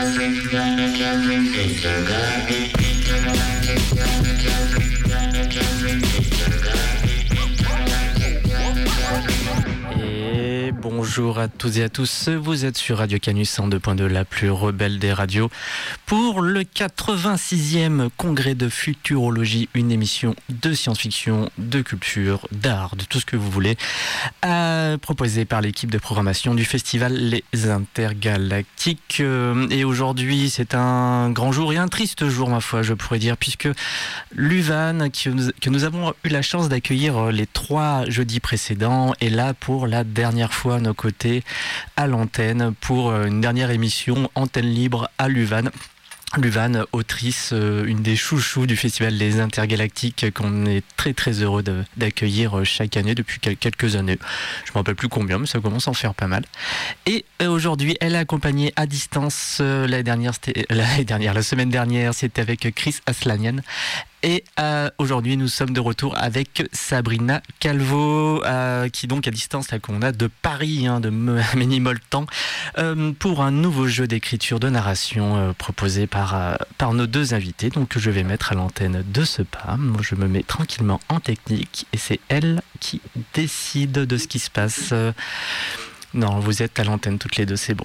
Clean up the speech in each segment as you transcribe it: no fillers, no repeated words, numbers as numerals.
Et bonjour à toutes et à tous, vous êtes sur Radio Canus 102.2, la plus rebelle des radios, pour le 86e congrès de futurologie, une émission de science-fiction, de culture, d'art, de tout ce que vous voulez, proposée par l'équipe de programmation du festival Les Intergalactiques. Et aujourd'hui, c'est un grand jour et un triste jour, ma foi, je pourrais dire, puisque l'UVAN, que nous avons eu la chance d'accueillir les 3 jeudis précédents, est là pour la dernière fois à nos côtés à l'antenne pour une dernière émission antenne libre à l'UVAN. L'UVAN, autrice, une des chouchous du festival Les Intergalactiques qu'on est très très heureux d'accueillir chaque année depuis quelques années. Je ne me rappelle plus combien, mais ça commence à en faire pas mal. Et aujourd'hui, elle est accompagnée à distance. La semaine dernière, c'était avec Chris Aslanian. Et aujourd'hui, nous sommes de retour avec Sabrina Calvo, qui donc à distance, là, qu'on a de Paris, de Ménimoltan, pour un nouveau jeu d'écriture de narration proposé par nos 2 invités. Donc je vais mettre à l'antenne de ce pas. Moi, je me mets tranquillement en technique et c'est elle qui décide de ce qui se passe. Non, vous êtes à l'antenne toutes les 2, c'est bon.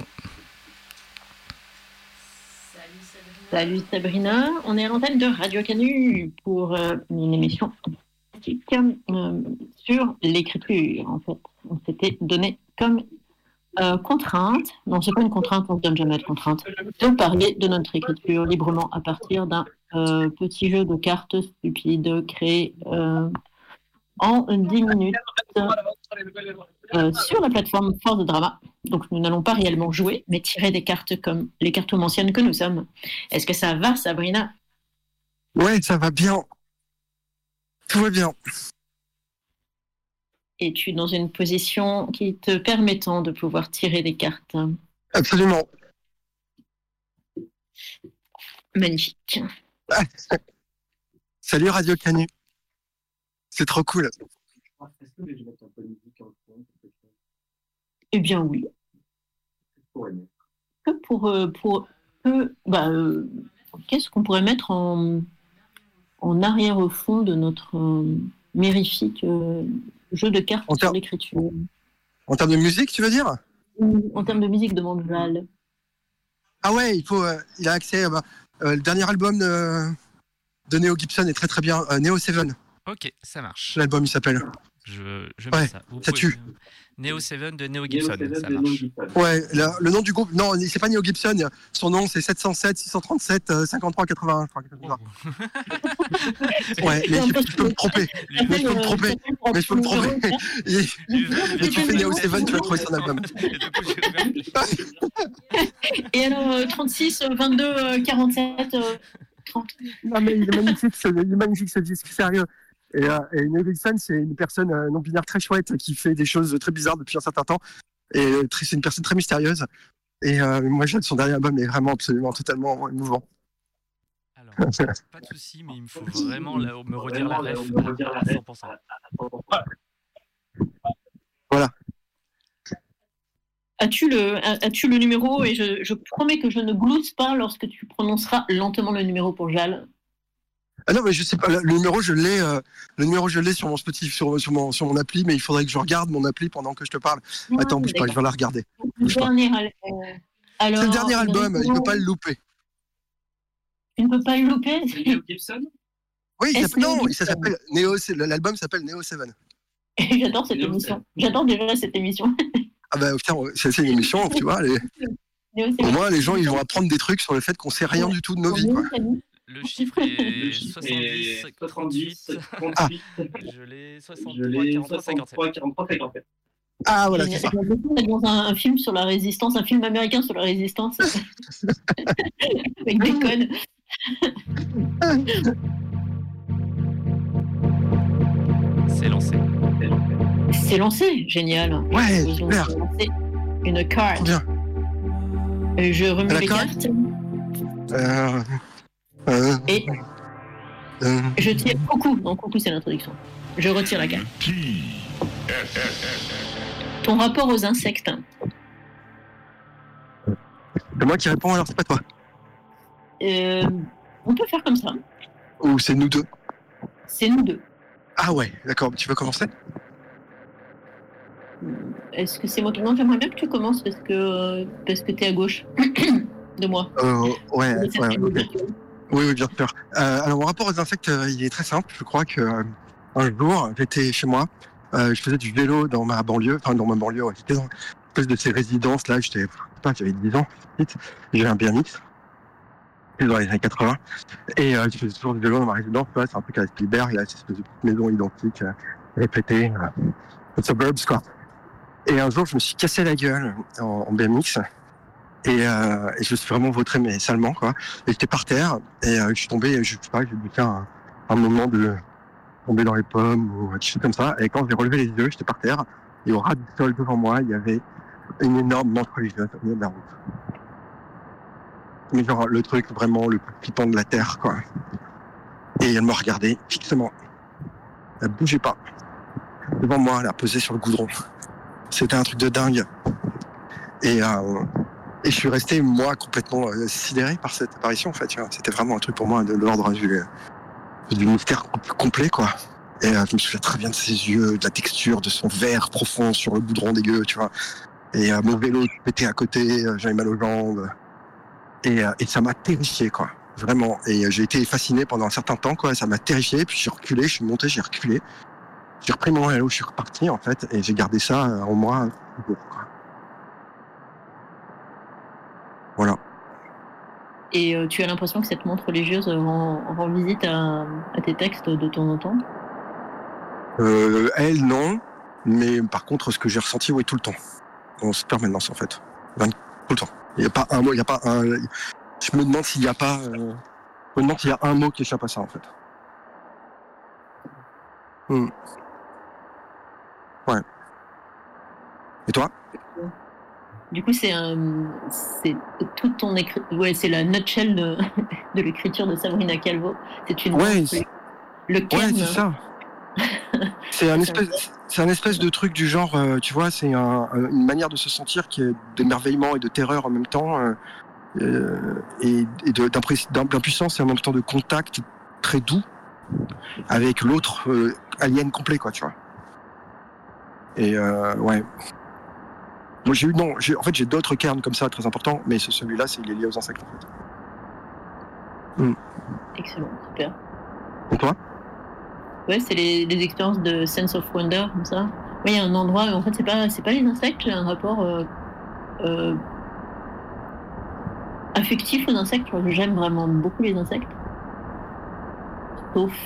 Salut Sabrina, on est à l'antenne de Radio Canu pour une émission sur l'écriture. En fait, on s'était donné comme contrainte, non c'est pas une contrainte, on ne donne jamais de contrainte, de parler de notre écriture librement à partir d'un petit jeu de cartes stupide créé en 10 minutes sur la plateforme Force de Drama. Donc nous n'allons pas réellement jouer, mais tirer des cartes comme les cartes anciennes que nous sommes. Est-ce que ça va, Sabrina ? Ouais, ça va bien. Tout va bien. Es-tu dans une position qui te permettant de pouvoir tirer des cartes ? Absolument. Magnifique. Salut Radio Canu. C'est trop cool. Eh bien oui. Qu'est-ce qu'on pourrait mettre en arrière-fond de notre mirifique jeu de cartes sur l'écriture ? En termes de musique, tu veux dire ? En termes de musique, demande Val. Ah ouais, il a accès. Le dernier album de Neo Gibson est très très bien. Neo 7. Ok, ça marche. L'album il s'appelle. Je ouais, mets ça. Ça tue. Neo 7 de Neo Gibson, ça marche. Ouais, le nom du groupe, non, c'est pas Neo Gibson, son nom c'est 707 637 53 81, je crois. Ouais, mais je peux me tromper. Et tu fais Neo 7, tu vas trouver son album. Et alors, 36, 22, 47, 30. Non, mais il est magnifique ce disque, sérieux. Et Neo Gibson, c'est une personne non-binaire très chouette qui fait des choses très bizarres depuis un certain temps. Et c'est une personne très mystérieuse. Et moi, son dernier album est vraiment absolument totalement émouvant. Alors, pas de souci, mais il me faut vraiment me redire la ref à 100%. Voilà. As-tu le numéro ? Et je promets que je ne glousse pas lorsque tu prononceras lentement le numéro pour Jal. Ah non, mais je sais pas. Le numéro, je l'ai sur mon Spotify, sur mon appli, mais il faudrait que je regarde mon appli pendant que je te parle. Attends, bouge pas, je vais la regarder. C'est le dernier album, il ne peut pas le louper. Tu ne peux pas le louper ? Neo Gibson ? Oui, ça s'appelle Neo. L'album s'appelle Neo 7. J'adore cette émission. J'adore déjà cette émission. Ah bah putain, c'est une émission, tu vois. Au moins, les gens, ils vont apprendre des trucs sur le fait qu'on sait rien du tout de nos vies, quoi. Le chiffre est 70, 38. Ah. Je l'ai 63, 43, 57. Ah voilà, c'est ça. Dans un film sur la résistance, un film américain sur la résistance. Avec des codes. C'est lancé, génial. Ouais, super. Une carte. Bien. Je remets les cartes. Et je tire coucou. Non, coucou, c'est l'introduction. Je retire la carte. Ton rapport aux insectes. C'est moi qui réponds, alors c'est pas toi. On peut faire comme ça. Ou c'est nous deux? C'est nous deux. Ah ouais, d'accord. Tu veux commencer? Est-ce que c'est moi qui... Non, j'aimerais bien que tu commences parce que t'es à gauche de moi. Ouais, ok. Oui, bien sûr. Alors, mon rapport aux insectes, il est très simple. Je crois que un jour, j'étais chez moi, je faisais du vélo dans ma banlieue, ouais. J'étais dans une espèce de ces résidences là, j'avais 10 ans, j'avais un BMX, c'était dans les années 80, et je faisais toujours du vélo dans ma résidence, ouais, c'est un truc à Spielberg, là, c'est une espèce de petite maison identique, répétée, suburbs, quoi. Et un jour, je me suis cassé la gueule en BMX, et je me suis vraiment vautré, mais salement, quoi. Et j'étais par terre, et je suis tombé, je sais pas, j'ai dû faire un moment de tomber dans les pommes, ou quelque chose comme ça. Et quand j'ai relevé les yeux, j'étais par terre, et au ras du sol devant moi, il y avait une énorme manche religieuse au milieu de la route. Mais genre, le truc vraiment le plus flippant de la terre, quoi. Et elle me regardait fixement. Elle bougeait pas. Devant moi, elle a posé sur le goudron. C'était un truc de dingue. Et je suis resté, moi, complètement sidéré par cette apparition, en fait. Tu vois. C'était vraiment un truc pour moi de l'ordre du mystère complet, quoi. Et je me souviens très bien de ses yeux, de la texture, de son verre profond sur le goudron dégueu, tu vois. Et mon vélo pétait à côté, j'avais mal aux jambes. Et ça m'a terrifié, quoi. Vraiment. Et j'ai été fasciné pendant un certain temps, quoi. Ça m'a terrifié. Puis j'ai reculé, je suis monté, j'ai reculé. J'ai repris mon vélo, je suis reparti, en fait. Et j'ai gardé ça en moi toujours, quoi. Voilà. Et tu as l'impression que cette montre religieuse rend visite à tes textes de temps en temps? Elle, non. Mais par contre, ce que j'ai ressenti, oui, tout le temps. En permanence, en fait. Tout le temps. Il n'y a pas un mot, il n'y a pas un... Je me demande s'il n'y a pas... Je me demande s'il y a un mot qui échappe à ça, en fait. Ouais. Et toi? Du coup, c'est toute ton ouais, c'est la nutshell de l'écriture de Sabrina Calvo. C'est une ouais, le cairn. Ouais, c'est ça. C'est un espèce de truc du genre, tu vois, c'est une manière de se sentir qui est d'émerveillement et de terreur en même temps, et d'impuissance et en même temps de contact très doux avec l'autre alien complet, quoi, tu vois. Et ouais. Moi, en fait, j'ai d'autres cairns comme ça très importants, mais celui-là, il est lié aux insectes, en fait. Excellent, super. Et toi? Ouais, c'est les expériences de sense of wonder, comme ça. Oui, il y a un endroit, en fait, c'est pas les insectes, j'ai un rapport affectif aux insectes. J'aime vraiment beaucoup les insectes. Sauf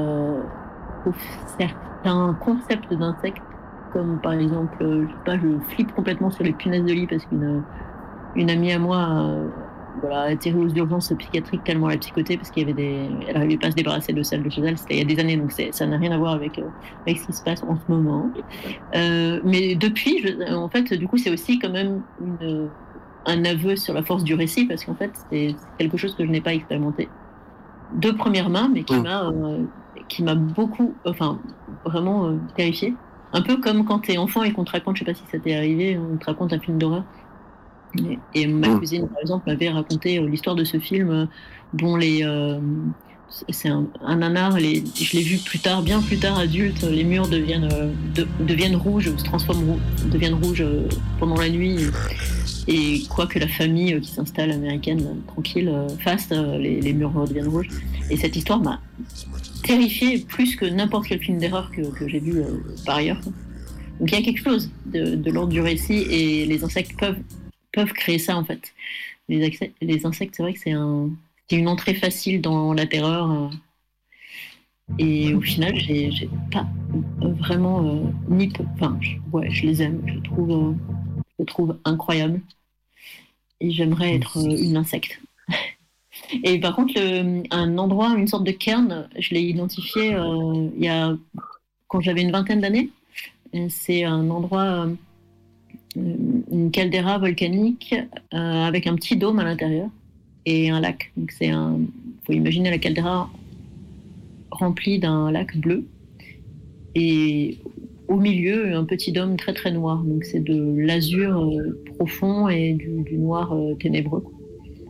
certains concepts d'insectes, comme par exemple, je sais pas, je flippe complètement sur les punaises de lit parce qu'une amie à moi a atterri aux urgences psychiatriques tellement elle a psychoté parce elle n'arrivait pas à se débarrasser de celle de chez elle. C'était il y a des années, donc ça n'a rien à voir avec ce qui se passe en ce moment. Mais depuis, en fait, du coup, c'est aussi quand même un aveu sur la force du récit, parce qu'en fait, c'est quelque chose que je n'ai pas expérimenté de première main, mais qui m'a beaucoup, enfin, vraiment terrifiée. Un peu comme quand t'es enfant et qu'on te raconte, je sais pas si ça t'est arrivé, on te raconte un film d'horreur. Et ma cousine, par exemple, m'avait raconté l'histoire de ce film dont c'est un nanar, je l'ai vu bien plus tard adulte, les murs deviennent rouges, deviennent rouges pendant la nuit, et quoi que la famille qui s'installe américaine, tranquille, fasse, les murs deviennent rouges. Et cette histoire m'a terrifiée plus que n'importe quel film d'horreur que j'ai vu par ailleurs. Donc il y a quelque chose de l'ordre du récit, et les insectes peuvent créer ça, en fait. Les insectes, c'est vrai que c'est une entrée facile dans la terreur. Et au final, j'ai pas vraiment je les aime. Je les trouve incroyables. Et j'aimerais être une insecte. Et par contre, un endroit, une sorte de cairn, je l'ai identifié quand j'avais une vingtaine d'années. C'est un endroit, une caldeira volcanique avec un petit dôme à l'intérieur et un lac. Donc faut imaginer la caldeira remplie d'un lac bleu et au milieu un petit dôme très très noir. Donc c'est de l'azur profond et du noir ténébreux.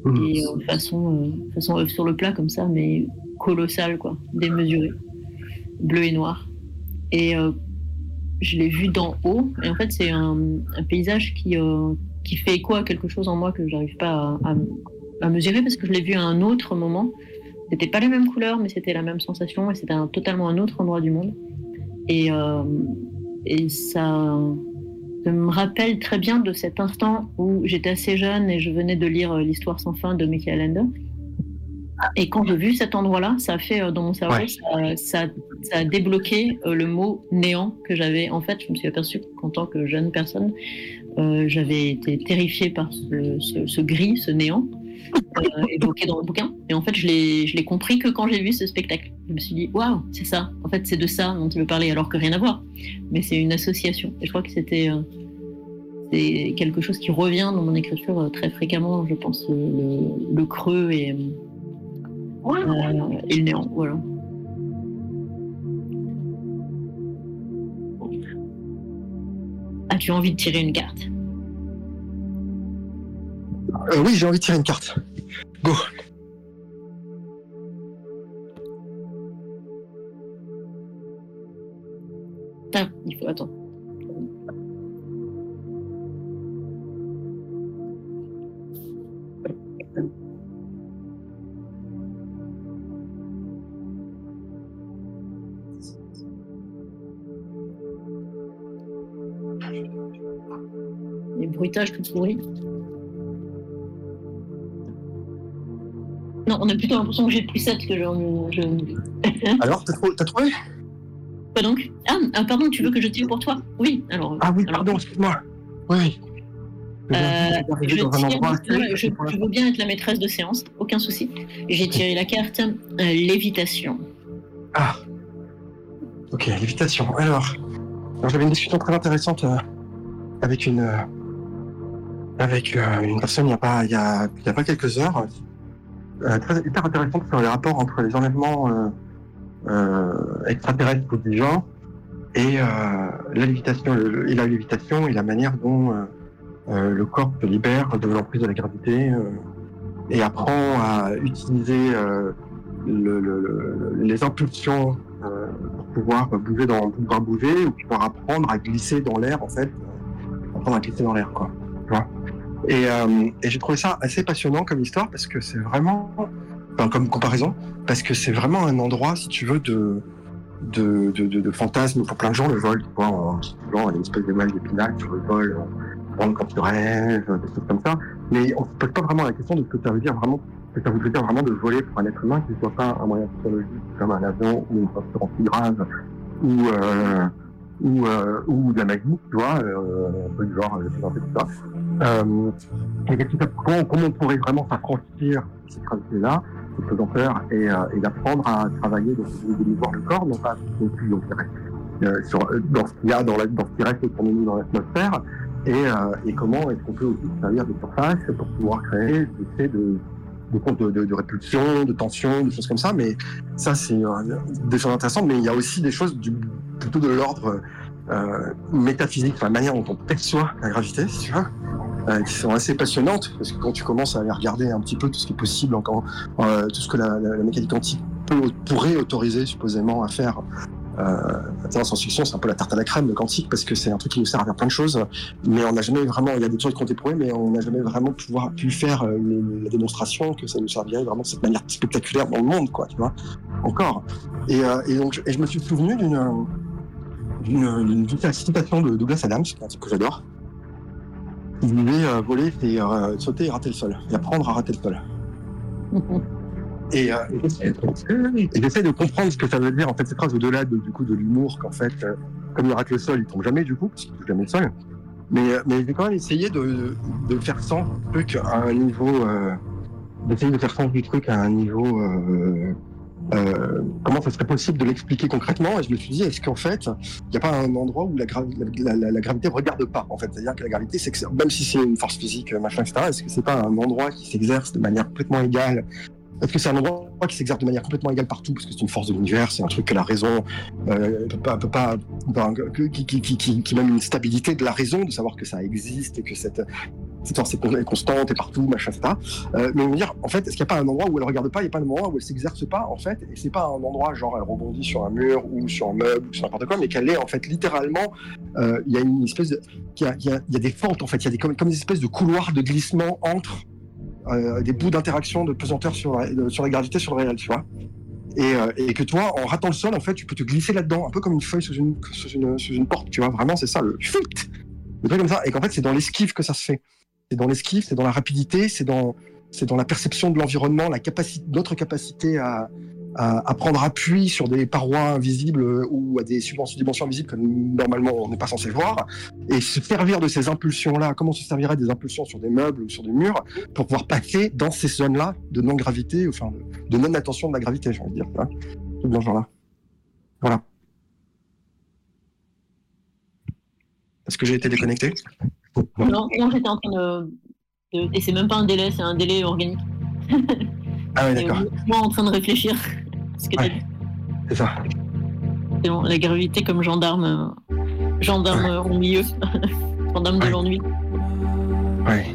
et façon œuf sur le plat comme ça, mais colossal, quoi, démesuré, bleu et noir. Et je l'ai vu d'en haut, et en fait c'est un paysage qui fait écho à quelque chose en moi que j'arrive pas à mesurer, parce que je l'ai vu à un autre moment. C'était pas les mêmes couleurs, mais c'était la même sensation, et c'était totalement un autre endroit du monde. Et ça me rappelle très bien de cet instant où j'étais assez jeune et je venais de lire L'Histoire sans fin de Michael Ende. Et quand j'ai vu cet endroit-là, ça a fait dans mon cerveau, ça a débloqué le mot néant que j'avais. En fait, je me suis aperçue qu'en tant que jeune personne, j'avais été terrifiée par ce gris, ce néant, évoqué dans le bouquin. Et en fait, je l'ai compris que quand j'ai vu ce spectacle. Je me suis dit, waouh, c'est ça. En fait, c'est de ça dont il veut parler, alors que rien à voir. Mais c'est une association. Et je crois que c'est quelque chose qui revient dans mon écriture très fréquemment, je pense, le creux et le néant. Voilà. As-tu envie de tirer une carte ? Oui, j'ai envie de tirer une carte. Go. Ah, il faut attendre. Les bruitages tout pourris. Non, on a plutôt l'impression que j'ai plus 7 que Alors, t'as trouvé ? Quoi donc ? Ah, pardon, tu veux que je tire pour toi ? Oui, alors... Ah oui, alors, pardon, excuse-moi. Oui. Je veux bien être la maîtresse de séance, aucun souci. J'ai tiré la carte lévitation. Ah. Ok, lévitation. Alors j'avais une discussion très intéressante avec une personne il y a pas quelques heures, hyper intéressante sur les rapports entre les enlèvements extraterrestres ou du genre et la lévitation et la manière dont le corps se libère de l'emprise de la gravité et apprend à utiliser les impulsions pour pouvoir bouger ou pouvoir apprendre à glisser dans l'air, en fait, apprendre à glisser dans l'air, quoi. Tu vois. Et j'ai trouvé ça assez passionnant comme histoire parce que c'est vraiment, comme comparaison, parce que c'est vraiment un endroit, si tu veux, de fantasme pour plein de gens, le vol, tu vois, il y a une espèce d'image d'épinal sur le vol, quand tu rêves, des choses comme ça. Mais on se pose pas vraiment la question de ce que ça veut dire vraiment. Ça voudrait dire vraiment de voler pour un être humain qui ne soit pas un moyen technologique comme un avion ou une voiture anti-grave ou de la magie, tu vois, un peu du genre, tout ça. Et comment on pourrait vraiment s'affranchir de cette gravité-là, de faisant peur, et d'apprendre à travailler, donc d'émouvoir le corps, non pas non plus dans ce qu'il y a, dans ce qui reste autour de nous dans l'atmosphère, et comment est-ce qu'on peut aussi se servir des surfaces pour pouvoir créer des effets de répulsion, de tension, des choses comme ça. Mais ça, c'est des choses intéressantes, mais il y a aussi des choses plutôt de l'ordre métaphysique, la manière dont on perçoit la gravité, si tu veux, qui sont assez passionnantes, parce que quand tu commences à aller regarder un petit peu tout ce qui est possible, tout ce que la mécanique quantique pourrait autoriser supposément à faire. En science-fiction, c'est un peu la tarte à la crème, le quantique, parce que c'est un truc qui nous sert à faire plein de choses, mais on n'a jamais vraiment, il y a des trucs qui ont été prouvés, mais on n'a jamais vraiment pu faire la démonstration que ça nous servirait vraiment de cette manière spectaculaire dans le monde, quoi, tu vois, encore. Et je me suis souvenu d'une citation de Douglas Adams, qui est un type que j'adore. Il disait voler, c'est sauter et rater le sol, et apprendre à rater le sol. Et j'essaie de comprendre ce que ça veut dire, en fait, cette phrase au-delà de l'humour, qu'en fait, comme il rate le sol, il tombe jamais, du coup, parce qu'il touche jamais le sol. Mais j'ai quand même essayé de faire sens du truc à un niveau, comment ça serait possible de l'expliquer concrètement, et je me suis dit, est-ce qu'en fait, il n'y a pas un endroit où la gravité regarde pas, en fait, c'est-à-dire que la gravité, c'est que même si c'est une force physique, machin, etc., est-ce que c'est pas un endroit qui s'exerce de manière complètement égale? Est-ce que c'est un endroit qui s'exerce de manière complètement égale partout, parce que c'est une force de l'univers, c'est un truc que la raison peut pas qui même une stabilité de la raison, de savoir que ça existe et que c'est constant, t'es partout, machin, etc. Mais on va dire, en fait, est-ce qu'il n'y a pas un endroit où elle regarde pas, il n'y a pas un endroit où elle s'exerce pas, en fait, et c'est pas un endroit genre elle rebondit sur un mur ou sur un meuble ou sur n'importe quoi, mais qu'elle est en fait littéralement, il y a une espèce de, il y a des fentes en fait, il y a comme des espèces de couloirs de glissement entre des bouts d'interaction de pesanteur sur la gravité sur le réel, tu vois. Et que toi, en ratant le sol, en fait, tu peux te glisser là-dedans, un peu comme une feuille sous une porte, tu vois. Vraiment, c'est ça, le truc comme ça. Et qu'en fait, c'est dans l'esquive que ça se fait. C'est dans l'esquive, c'est dans la rapidité, c'est dans la perception de l'environnement, notre capacité à prendre appui sur des parois invisibles ou à des dimensions invisibles que normalement on n'est pas censé voir, et se servir de ces impulsions-là. Comment se servirait des impulsions sur des meubles ou sur des murs pour pouvoir passer dans ces zones-là de non-gravité, enfin de non-attention de la gravité, j'ai envie de dire. Hein, tout dans ce genre-là. Voilà. Est-ce que j'ai été déconnecté ? Non, j'étais en train de... Et c'est même pas un délai, c'est un délai organique. Ah oui, d'accord. Moi, en train de réfléchir. Ce que t'as dit. C'est ça. C'est bon, la gravité comme gendarme au milieu. Gendarme de l'ennui. Ouais.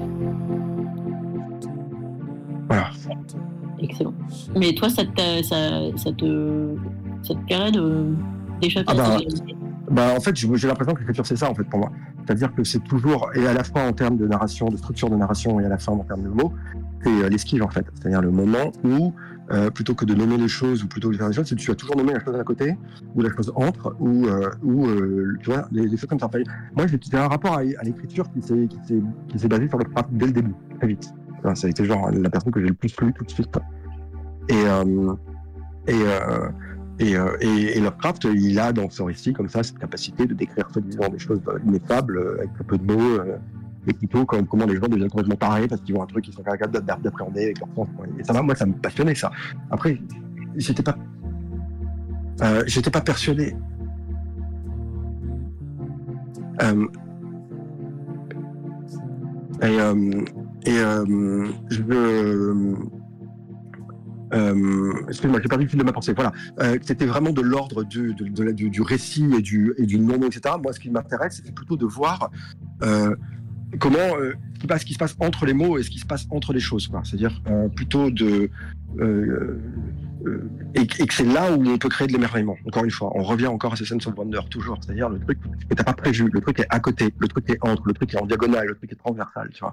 Voilà. Excellent. Mais toi, ça te plairait d'échapper à cette gravité ? En fait, j'ai l'impression que l'écriture, c'est ça, en fait, pour moi. C'est-à-dire que c'est toujours, et à la fois en termes de narration, de structure de narration, et à la fin en termes de mots, c'est l'esquive, en fait. C'est-à-dire le moment où, plutôt que de nommer les choses, ou plutôt que de faire les choses, c'est que tu as toujours nommé la chose à côté, ou la chose entre, ou tu vois, des choses comme ça. Moi, j'ai un rapport à l'écriture qui s'est basé sur le craft dès le début, très vite. Enfin, ça a été genre la personne que j'ai le plus lu tout de suite. Et Lovecraft, il a dans son récit comme ça cette capacité de décrire soi-disant des choses ineffables avec très peu de mots, et plutôt comme comment les gens deviennent complètement tarés parce qu'ils voient un truc qu'ils sont capables d'appréhender avec leur sens. Et ça moi ça me passionnait ça. Après, j'étais pas persuadé. Excuse-moi, j'ai perdu le fil de ma pensée. Voilà, c'était vraiment de l'ordre du récit et du non-mot, etc. Moi, ce qui m'intéresse, c'est plutôt de voir comment ce qui se passe entre les mots et ce qui se passe entre les choses, quoi. C'est-à-dire plutôt et que c'est là où on peut créer de l'émerveillement. Encore une fois, on revient encore à ces sense of wonder, toujours. C'est-à-dire le truc que t'as pas prévu, le truc est à côté, le truc est entre, le truc est en diagonale, le truc est transversal, tu vois.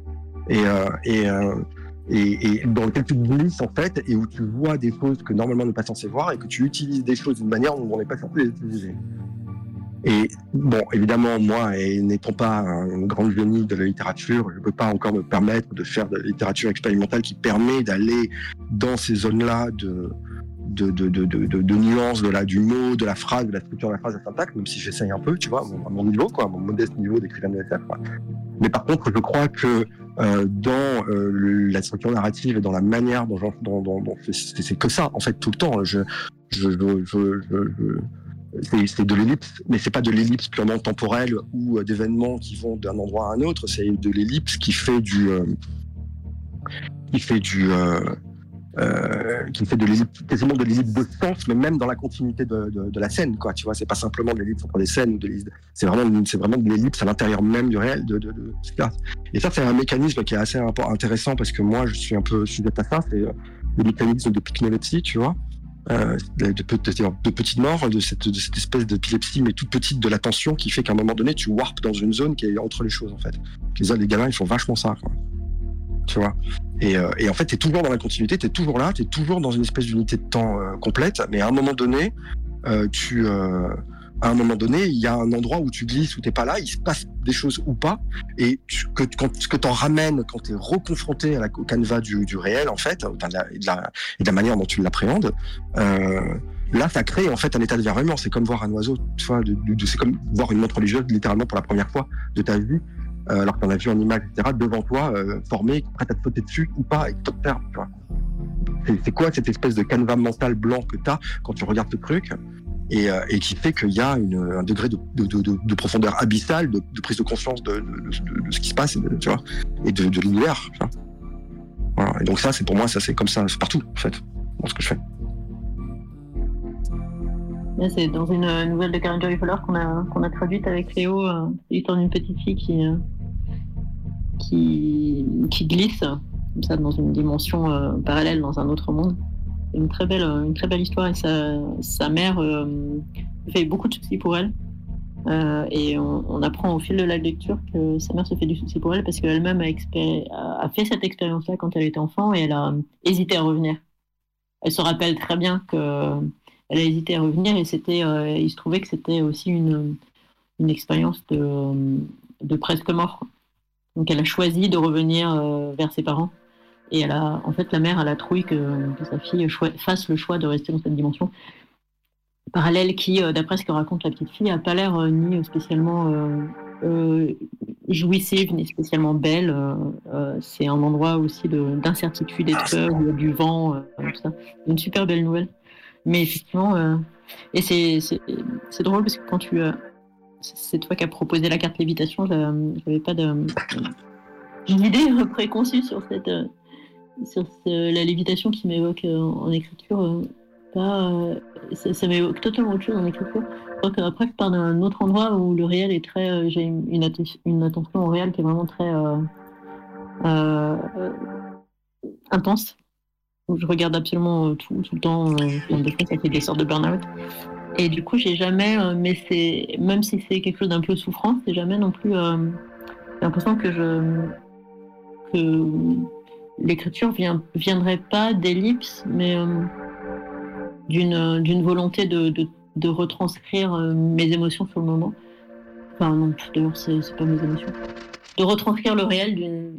Et dans lequel tu te glisses en fait, et où tu vois des choses que normalement on n'est pas censé voir, et que tu utilises des choses d'une manière dont on n'est pas censé les utiliser. Et bon, évidemment, moi, n'étant pas un grand génie de la littérature, je ne peux pas encore me permettre de faire de la littérature expérimentale qui permet d'aller dans ces zones-là de nuances du mot, de la phrase, de la structure de la phrase, de la syntaxe, même si j'essaye un peu, tu vois, à mon niveau, quoi, à mon modeste niveau d'écrivain de SF. Quoi. Mais par contre, je crois que dans la structure narrative et dans la manière dont c'est que ça, en fait, tout le temps. C'est de l'ellipse, mais c'est pas de l'ellipse purement temporelle ou d'événements qui vont d'un endroit à un autre. C'est de l'ellipse qui fait quasiment de l'ellipse de sens, mais même dans la continuité de la scène, quoi. Tu vois, c'est pas simplement de l'ellipse entre les scènes, c'est vraiment de l'ellipse à l'intérieur même du réel de ce qu'il y a. Et ça, c'est un mécanisme qui est assez intéressant parce que moi, je suis un peu sujet à ça. C'est le mécanisme de pyknolepsie, tu vois. De petites morts, de cette espèce d'épilepsie, mais toute petite de l'attention qui fait qu'à un moment donné, tu warpes dans une zone qui est entre les choses, en fait. Les gamins, ils font vachement ça, quoi. Tu vois. Et en fait, t'es toujours dans la continuité, t'es toujours là, t'es toujours dans une espèce d'unité de temps complète, mais à un moment donné, il y a un endroit où tu glisses, où t'es pas là, il se passe des choses ou pas, et ce que t'en ramènes quand t'es reconfronté au canevas du réel, en fait, et de la manière dont tu l'appréhendes, là, ça crée en fait un état d'émerveillement. C'est comme voir un oiseau, tu vois, c'est comme voir une montre religieuse littéralement pour la première fois de ta vie, alors que t'en as vu en image, etc., devant toi, formé, prête à te sauter dessus ou pas, et top terme, tu vois. C'est quoi cette espèce de canevas mental blanc que t'as quand tu regardes ce truc, et qui fait qu'il y a un degré de profondeur abyssale, de prise de conscience de ce qui se passe, tu vois, et de l'univers, tu vois. Voilà. Et donc ça, c'est pour moi, ça c'est comme ça, c'est partout, en fait, dans ce que je fais. Là, c'est dans une nouvelle de Karen Joy Fowler qu'on a traduite avec Léo, l'histoire d'une petite fille qui glisse comme ça dans une dimension parallèle dans un autre monde. C'est une très belle histoire, et sa mère fait beaucoup de soucis pour elle. Et on apprend au fil de la lecture que sa mère se fait du souci pour elle parce qu'elle-même a fait cette expérience-là quand elle était enfant, et elle a hésité à revenir. Elle se rappelle très bien qu'elle a hésité à revenir, et il se trouvait que c'était aussi une expérience de presque mort. Donc elle a choisi de revenir vers ses parents, et en fait la mère a la trouille que sa fille fasse le choix de rester dans cette dimension parallèle qui, d'après ce que raconte la petite fille, n'a pas l'air ni spécialement jouissive, ni spécialement belle. C'est un endroit aussi d'incertitude et de peur, où il y a du vent, tout ça. Une super belle nouvelle. Mais effectivement, et c'est drôle parce que quand c'est toi qui as proposé la carte lévitation, j'avais pas d'idée préconçue sur la lévitation qui m'évoque en écriture. Ça m'évoque totalement autre chose en écriture. Je crois qu'après, je pars d'un autre endroit où le réel est très. J'ai une attention au réel qui est vraiment très intense. Où je regarde absolument tout le temps. Des fois, ça fait des sortes de burn-out. Et du coup, j'ai jamais. Même si c'est quelque chose d'un peu souffrant, c'est jamais non plus. J'ai l'impression que l'écriture viendrait pas d'ellipse, mais d'une volonté de retranscrire mes émotions sur le moment. Enfin non, d'ailleurs c'est pas mes émotions. De retranscrire le réel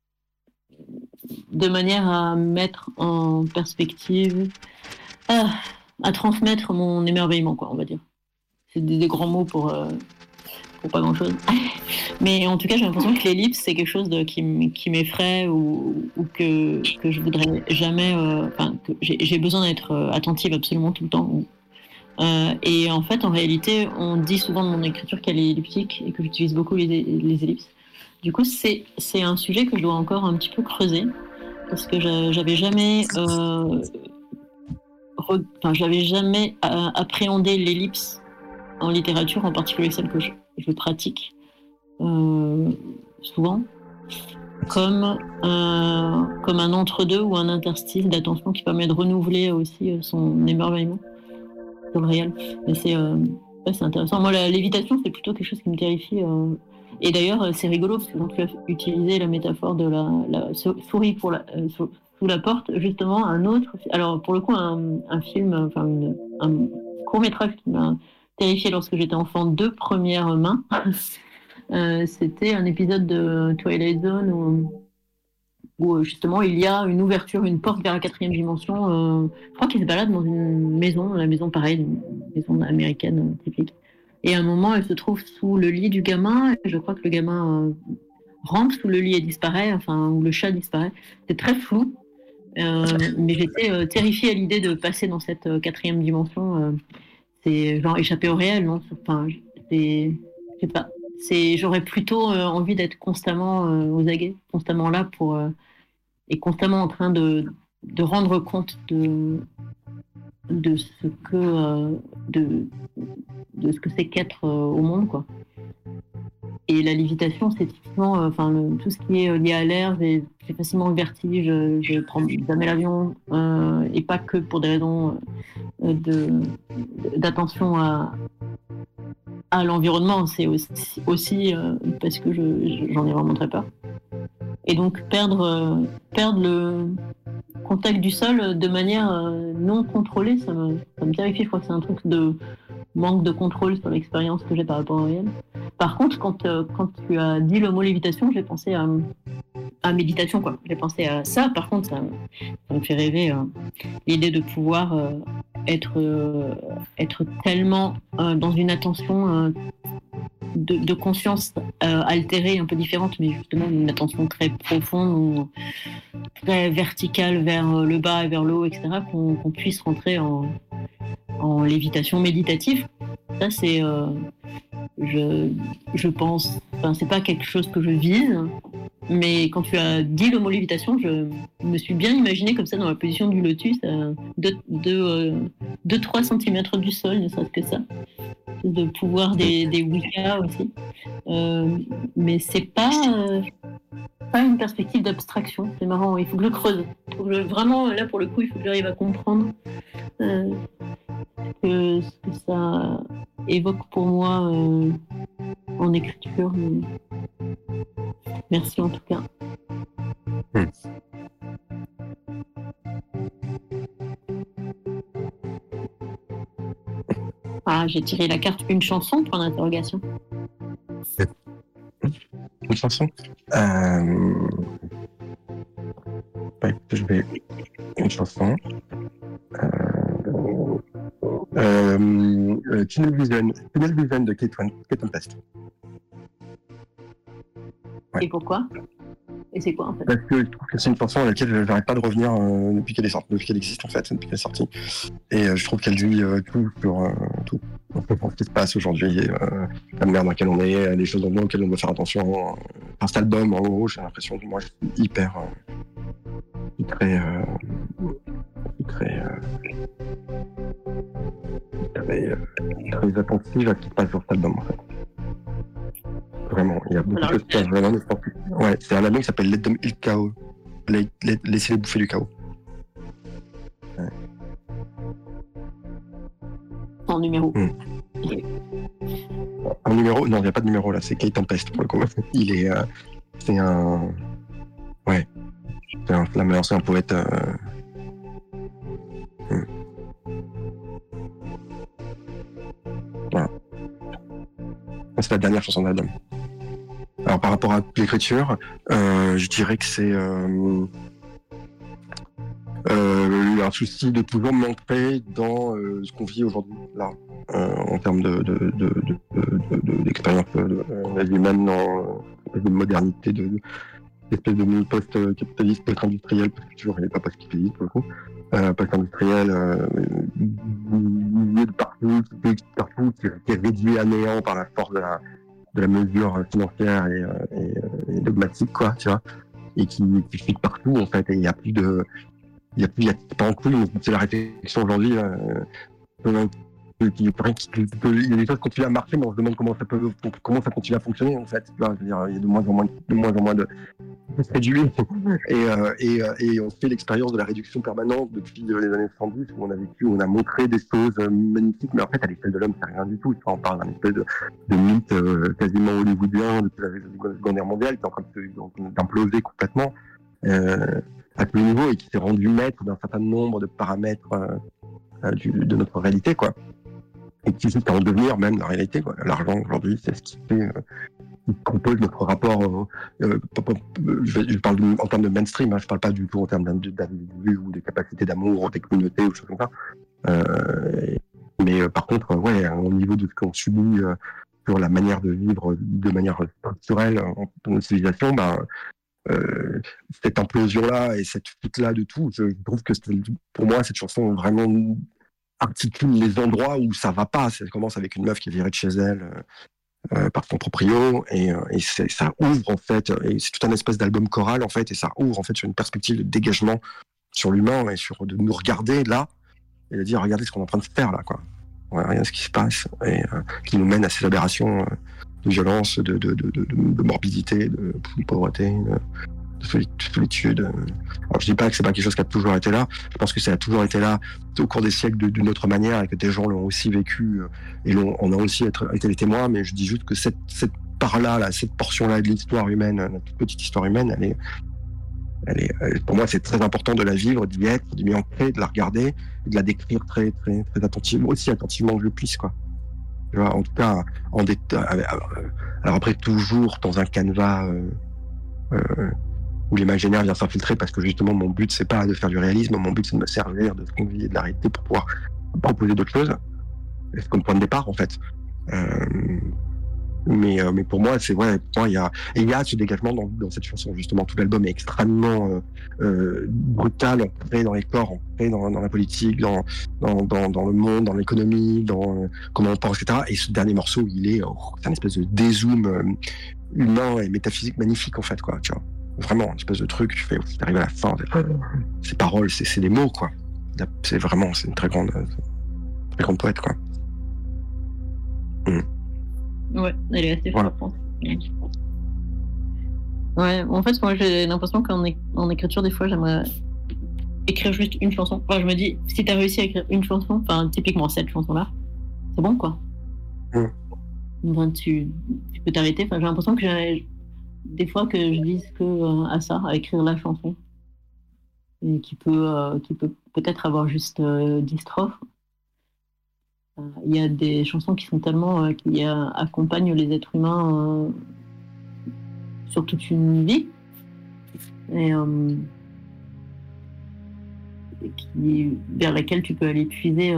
de manière à mettre en perspective, à transmettre mon émerveillement, quoi, on va dire. C'est des grands mots pour pas grand-chose. Mais en tout cas, j'ai l'impression que l'ellipse, c'est quelque chose qui m'effraie ou que je voudrais jamais... que j'ai besoin d'être attentive absolument tout le temps. Et en fait, en réalité, on dit souvent de mon écriture qu'elle est elliptique et que j'utilise beaucoup les ellipses. Du coup, c'est un sujet que je dois encore un petit peu creuser parce que j'avais jamais... j'avais jamais appréhendé l'ellipse en littérature, en particulier celle que je pratique souvent, comme un entre-deux ou un interstice d'attention qui permet de renouveler aussi son émerveillement sur le réel. Mais c'est intéressant. Moi, la lévitation, c'est plutôt quelque chose qui me terrifie. Et d'ailleurs, c'est rigolo parce que quand tu as utilisé la métaphore de la souris sous la porte, justement, un autre... Alors, pour le coup, un film, un court-métrage qui m'a terrifiée lorsque j'étais enfant de première main. C'était un épisode de Twilight Zone où justement il y a une ouverture, une porte vers la 4e dimension. Je crois qu'il se balade dans une maison, la maison pareille, une maison américaine typique. Et à un moment, elle se trouve sous le lit du gamin. Et je crois que le gamin rampe sous le lit et disparaît, ou le chat disparaît. C'est très flou. Mais j'étais terrifiée à l'idée de passer dans cette 4e dimension. C'est genre échapper au réel, non ? Enfin, je sais pas. J'aurais plutôt envie d'être constamment aux aguets, constamment là et constamment en train de rendre compte de ce que c'est qu'être au monde, quoi. Et la lévitation, c'est typiquement, tout ce qui est lié à l'air, j'ai facilement le vertige, je prends jamais l'avion, et pas que pour des raisons d'attention à l'environnement, c'est aussi parce que j'en ai vraiment très peur. Et donc perdre le contact du sol de manière non contrôlée, ça me terrifie. Je crois que c'est un truc de manque de contrôle sur l'expérience que j'ai par rapport au réel. Par contre, quand tu as dit le mot lévitation, j'ai pensé à méditation, quoi. J'ai pensé à ça. Par contre, ça me fait rêver l'idée de pouvoir être tellement dans une attention de conscience altérée, un peu différente, mais justement une attention très profonde ou très verticale vers le bas et vers le haut, etc., qu'on puisse rentrer en lévitation méditative. Ça, c'est je pense, c'est pas quelque chose que je vise, mais quand tu as dit le mot lévitation, je me suis bien imaginée comme ça dans la position du lotus, 2-3 cm du sol, ne serait-ce que ça, de pouvoir des Wicca aussi. Mais c'est pas pas une perspective d'abstraction. C'est marrant, il faut que je creuse. Vraiment, là, pour le coup, il faut que j'arrive à comprendre ce que ça évoque pour moi en écriture. Merci en tout cas. Ah, j'ai tiré la carte une chanson, point d'interrogation. Une chanson je vais une chanson. Tunnel Vision de Kate Tempest. Ouais. Et pourquoi? Et c'est quoi en fait? Parce que je trouve que c'est une chanson à laquelle je n'arrête pas de revenir depuis qu'elle existe en fait, depuis qu'elle est sortie. Et je trouve qu'elle dit tout sur tout. Ce qui se passe aujourd'hui, la manière dans laquelle on est, les choses auxquelles on doit faire attention. Enfin, cet album, en gros, j'ai l'impression que moi, je suis hyper très attentif à ce qui se passe sur cet album en fait. Vraiment, il y a beaucoup de choses qui passent vraiment. Ouais, c'est un album qui s'appelle Let Them Eat Chaos. Laissez-les bouffer du chaos. Ouais. En numéro. Un numéro? Non, il n'y a pas de numéro là, c'est Kate Tempest pour le coup. Il est. C'est un. Ouais. C'est un poète. Voilà. C'est la dernière chanson de l'album. Alors par rapport à l'écriture, je dirais que c'est un souci de toujours montrer dans ce qu'on vit aujourd'hui là, en termes d'expérience de vie humaine, de modernité, d'espèce de monde post-capitaliste, post-industriel, parce que toujours il n'est pas post-capitaliste pour le coup, post-industriel, de partout, qui est réduit à néant par la force de la mesure financière et dogmatique, quoi, tu vois, et qui fuit partout, en fait, et il n'y a plus de... Il y a pas en couille, c'est la réflexion aujourd'hui, il y a des choses qui continuent à marcher, mais on se demande comment ça continue à fonctionner, en fait, tu vois, je veux dire, il y a de moins en moins de réduit, et on fait l'expérience de la réduction permanente depuis les années 70, où on a montré des choses magnifiques, mais en fait, à l'échelle de l'homme, c'est rien du tout. On parle d'un espèce de mythe quasiment hollywoodien depuis la Seconde Guerre mondiale, qui est en train d'imploser complètement à tous les niveaux, et qui s'est rendu maître d'un certain nombre de paramètres de notre réalité, quoi. Et qui jusqu'à en devenir même la réalité, quoi. L'argent, aujourd'hui, c'est ce qui fait... qui compose notre rapport, je parle en termes de mainstream, je parle pas du tout en termes d'individus ou de capacité d'amour ou de communauté ou choses comme ça. Mais par contre, ouais, au niveau de ce qu'on subit sur la manière de vivre de manière structurelle dans notre civilisation, cette implosion-là et cette fuite-là de tout, je trouve que pour moi, cette chanson vraiment articule les endroits où ça va pas. Ça commence avec une meuf qui est virée de chez elle par son proprio, et ça ouvre en fait, et c'est tout un espèce d'album choral en fait, et ça ouvre en fait sur une perspective de dégagement sur l'humain et sur de nous regarder là et de dire regardez ce qu'on est en train de faire là, quoi. Ouais, regarde ce qui se passe, et qui nous mène à ces aberrations de violence, de morbidité, de pauvreté, de solitude. Alors je dis pas que c'est pas quelque chose qui a toujours été là, je pense que ça a toujours été là au cours des siècles d'une autre manière, et que des gens l'ont aussi vécu et on a aussi été les témoins, mais je dis juste que cette part-là, cette portion-là de l'histoire humaine, la toute petite histoire humaine, elle est, pour moi, c'est très important de la vivre, d'y être, d'y ancrer, de la regarder, de la décrire très, très, très attentivement, aussi attentivement que je puisse, quoi. Tu vois, en tout cas, en détail. Alors après, toujours dans un canevas où l'imaginaire vient s'infiltrer, parce que justement, mon but, c'est pas de faire du réalisme, mon but, c'est de me servir de ce qu'on vit et de la réalité pour pouvoir proposer d'autres choses. C'est comme point de départ, en fait. Mais pour moi, c'est ouais, il y a ce dégagement dans cette chanson, justement. Tout l'album est extrêmement brutal, ancré dans les corps, ancré dans la politique, dans le monde, dans l'économie, dans comment on pense, etc. Et ce dernier morceau, c'est un espèce de dézoom humain et métaphysique magnifique, en fait, quoi, tu vois. Vraiment, une espèce de truc, tu fais, t'arrives à la fin, ces paroles, c'est des mots, quoi. C'est une très grande poète, quoi. Ouais, elle est assez frappante. Ouais, en fait, moi, j'ai l'impression qu'en écriture, des fois, j'aimerais écrire juste une chanson. Enfin, je me dis, si t'as réussi à écrire une chanson, enfin, typiquement cette chanson-là, c'est bon, quoi. Enfin, tu peux t'arrêter. Enfin, j'ai l'impression que des fois que je vise que à ça, à écrire la chanson. Et qui peut peut-être avoir juste 10 strophes. Il y a des chansons qui sont tellement qui accompagnent les êtres humains sur toute une vie et vers laquelle tu peux aller puiser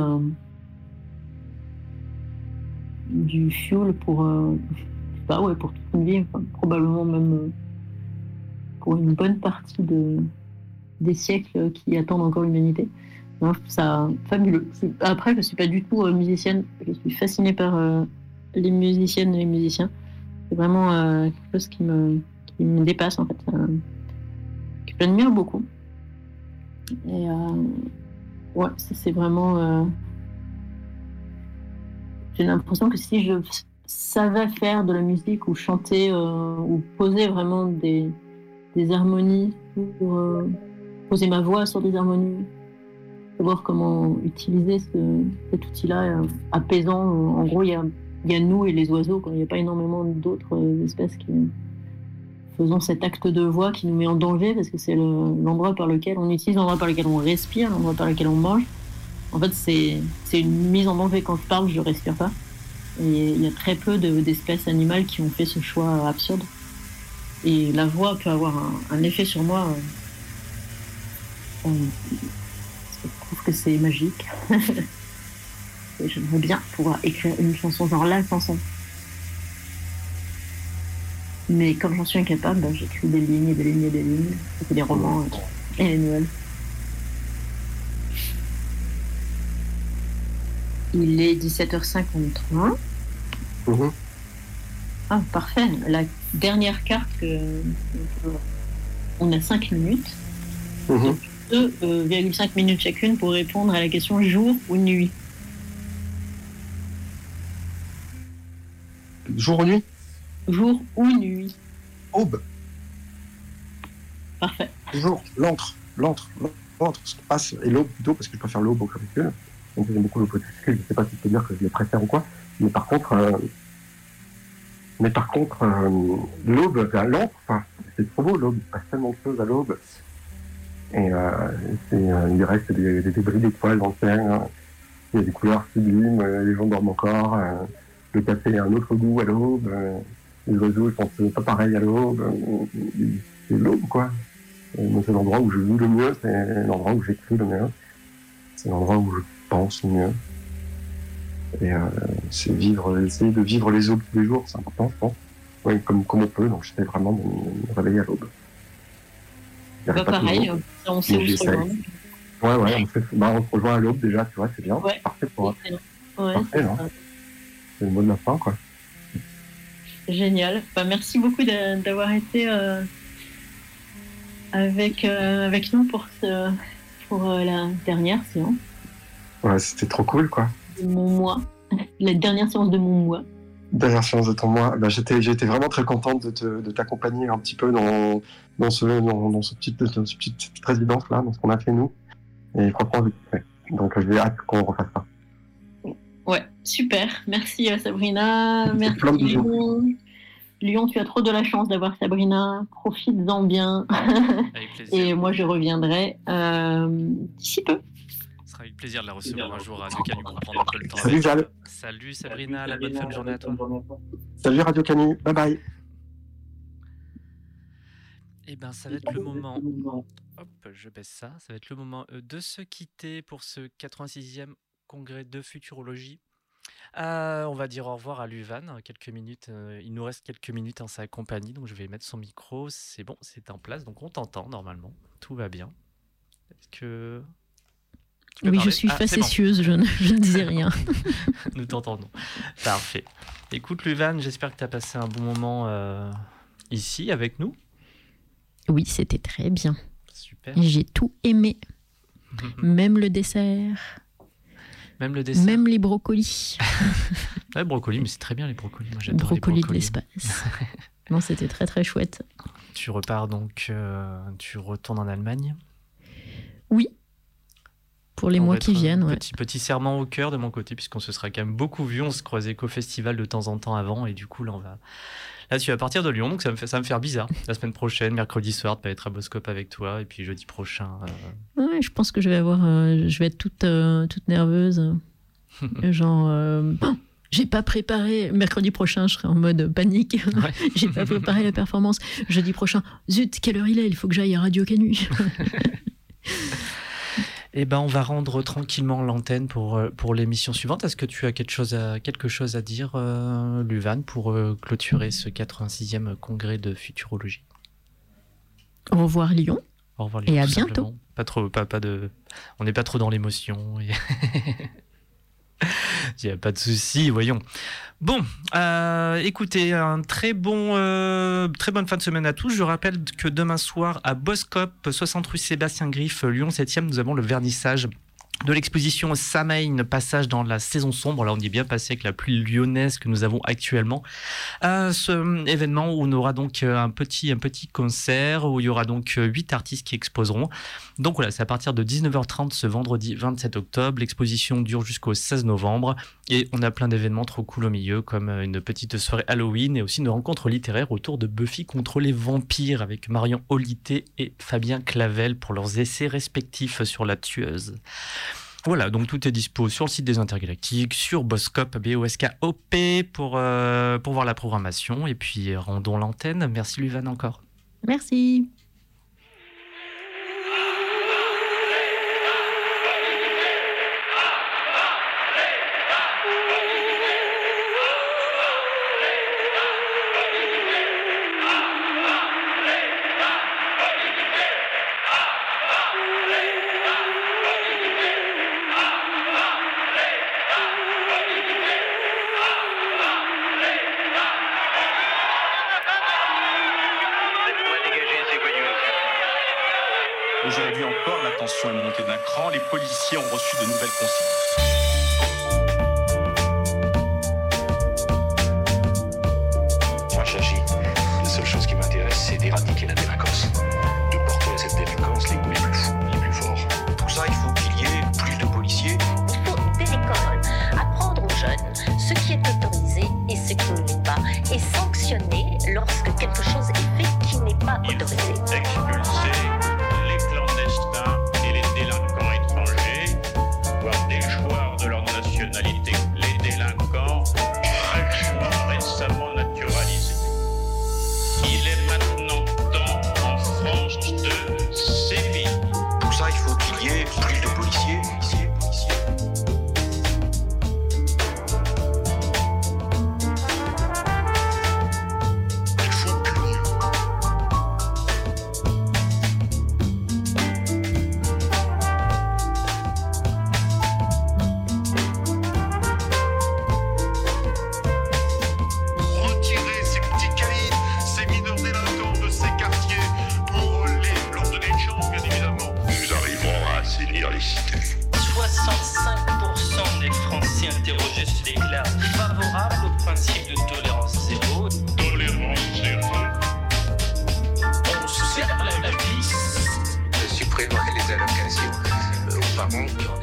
du fuel pour je sais pas, ouais, pour toute une vie, enfin, probablement même pour une bonne partie des siècles qui attendent encore l'humanité. Non, je trouve ça fabuleux. Après, je ne suis pas du tout musicienne. Je suis fascinée par les musiciennes et les musiciens. C'est vraiment quelque chose qui me dépasse, en fait. Que j'admire beaucoup. Et ouais, c'est vraiment... j'ai l'impression que si je savais faire de la musique ou chanter ou poser vraiment des harmonies pour poser ma voix sur des harmonies, savoir comment utiliser cet outil-là apaisant. En gros, il y a nous et les oiseaux, quoi. Il n'y a pas énormément d'autres espèces qui faisons cet acte de voix qui nous met en danger parce que c'est l'endroit par lequel on utilise, l'endroit par lequel on respire, l'endroit par lequel on mange. En fait, c'est une mise en danger. Quand je parle, je respire pas. Et il y a très peu d'espèces animales qui ont fait ce choix absurde. Et la voix peut avoir un effet sur moi. Je trouve que c'est magique. Et j'aimerais bien pouvoir écrire une chanson, genre la chanson. Mais comme j'en suis incapable, j'écris des lignes et des lignes et des lignes. Je fais des romans et les nouvelles. Il est 17h53. Ah, parfait. La dernière carte, on a 5 minutes. 2,5 minutes chacune pour répondre à la question jour ou nuit. Jour ou nuit? Jour ou nuit. Aube. Parfait. Jour, l'antre, ce qui passe, et l'aube plutôt, parce que je préfère l'aube au crépuscule. Donc j'aime beaucoup l'aube au crépuscule, je ne sais pas si je peux dire que je le préfère ou quoi, mais par contre, l'aube, l'antre, enfin, c'est trop beau l'aube, il passe tellement de choses à l'aube. Et il reste des débris d'étoiles dans le ciel, hein. Il y a des couleurs sublimes, les gens dorment encore, le café a un autre goût à l'aube, les oiseaux ils sont pas pareils à l'aube, c'est l'aube quoi. C'est l'endroit où je vis le mieux, c'est l'endroit où j'écris le mieux, c'est l'endroit où je pense le mieux. Et c'est essayer de vivre les aubes tous les jours, c'est important je pense. Ouais, comme on peut, donc j'essaie vraiment de me réveiller à l'aube. Pareil, on sait où se rejoindre. Ouais, on se rejoint à l'aube déjà, tu vois, c'est bien. Ouais. C'est parfait pour moi. Ouais, parfait, non? C'est le mot de la fin, quoi. Génial. Merci beaucoup d'avoir été avec nous pour la dernière séance. Ouais, c'était trop cool, quoi. De mon mois. La dernière séance de mon mois. Dernière séance de ton mois. J'ai été vraiment très contente de t'accompagner un petit peu dans cette petite résidence là, dans ce qu'on a fait nous. Et franchement, j'ai kiffé. Donc j'ai hâte qu'on refasse ça. Ouais, super. Merci Sabrina. Merci Lyon, tu as trop de la chance d'avoir Sabrina. Profites-en bien. Avec plaisir. Et moi, je reviendrai d'ici peu. Ce sera avec plaisir de la recevoir un jour à Radio Canu pour prendre un peu le temps. Salut Val. Salut Sabrina, la bonne fin de journée à toi. Salut Radio Canu, bye bye. Eh ben, ça va être le moment. Hop, je baisse ça. Ça va être le moment de se quitter pour ce 86e congrès de futurologie. On va dire au revoir à Luvan. Quelques minutes. Il nous reste quelques minutes en sa compagnie, donc je vais mettre son micro. C'est bon, c'est en place, donc on t'entend normalement. Tout va bien. Est-ce que oui, je suis facétieuse, bon. je ne disais rien. Nous t'entendons. Parfait. Écoute, Luvan, j'espère que tu as passé un bon moment ici avec nous. Oui, c'était très bien. Super. J'ai tout aimé. Même le dessert. Même le dessert. Même les brocolis. Ouais, brocolis, mais c'est très bien les brocolis. Moi, j'adore les brocolis de l'espace. Non, c'était très très chouette. Tu repars donc, tu retournes en Allemagne? Oui, pour les mois qui viennent. Ouais. Petit serment au cœur de mon côté, puisqu'on se sera quand même beaucoup vu. On se croisait qu'au festival de temps en temps avant, et du coup là tu vas partir de Lyon, donc ça va me faire bizarre. La semaine prochaine, mercredi soir, de pas être à Boskop avec toi, et puis jeudi prochain. Ouais, je pense que je vais être toute nerveuse, genre. J'ai pas préparé. Mercredi prochain, je serai en mode panique. Ouais. J'ai pas préparé la performance. Jeudi prochain, zut, quelle heure il est? Il faut que j'aille à Radio Canu. Eh ben, on va rendre tranquillement l'antenne pour l'émission suivante. Est-ce que tu as quelque chose à dire, Luvan, pour clôturer ce 86e congrès de futurologie? Au revoir Lyon. Au revoir Lyon. Et à bientôt. Pas trop, on n'est pas trop dans l'émotion. Il n'y a pas de souci, voyons. Bon, écoutez, très bonne fin de semaine à tous. Je rappelle que demain soir, à Boskop, 60 rue Sébastien Griffe, Lyon 7e, nous avons le vernissage de l'exposition Samhain, passage dans la saison sombre. Là, on y est bien passé avec la pluie lyonnaise que nous avons actuellement. Ce événement où on aura donc un petit concert, où il y aura donc 8 artistes qui exposeront. Donc voilà, c'est à partir de 19h30 ce vendredi 27 octobre. L'exposition dure jusqu'au 16 novembre. Et on a plein d'événements trop cool au milieu, comme une petite soirée Halloween et aussi une rencontre littéraire autour de Buffy contre les vampires avec Marion Olité et Fabien Clavel pour leurs essais respectifs sur la tueuse. Voilà, donc tout est dispo sur le site des Intergalactiques, sur Boskop, BOSKOP pour voir la programmation. Et puis rendons l'antenne. Merci Luvan encore. Merci. Aujourd'hui encore, la tension est montée d'un cran. Les policiers ont reçu de nouvelles consignes. Moi, j'agis. La seule chose qui m'intéresse, c'est d'éradiquer la délinquance. De porter à cette délinquance les coups les plus fous, les plus forts. Pour ça, il faut qu'il y ait plus de policiers. Il faut des écoles, apprendre aux jeunes ce qui est autorisé et ce qui ne l'est pas, et sanctionner lorsque quelque chose est fait qui n'est pas autorisé. Il faut expulser les clandestins et les délinquants étrangers, voire des joueurs de leur nationalité, les délinquants récemment naturalisés. Il est maintenant temps en France de sévir. Pour ça, il faut qu'il y ait plus de policiers. Les allocations aux parents qui ont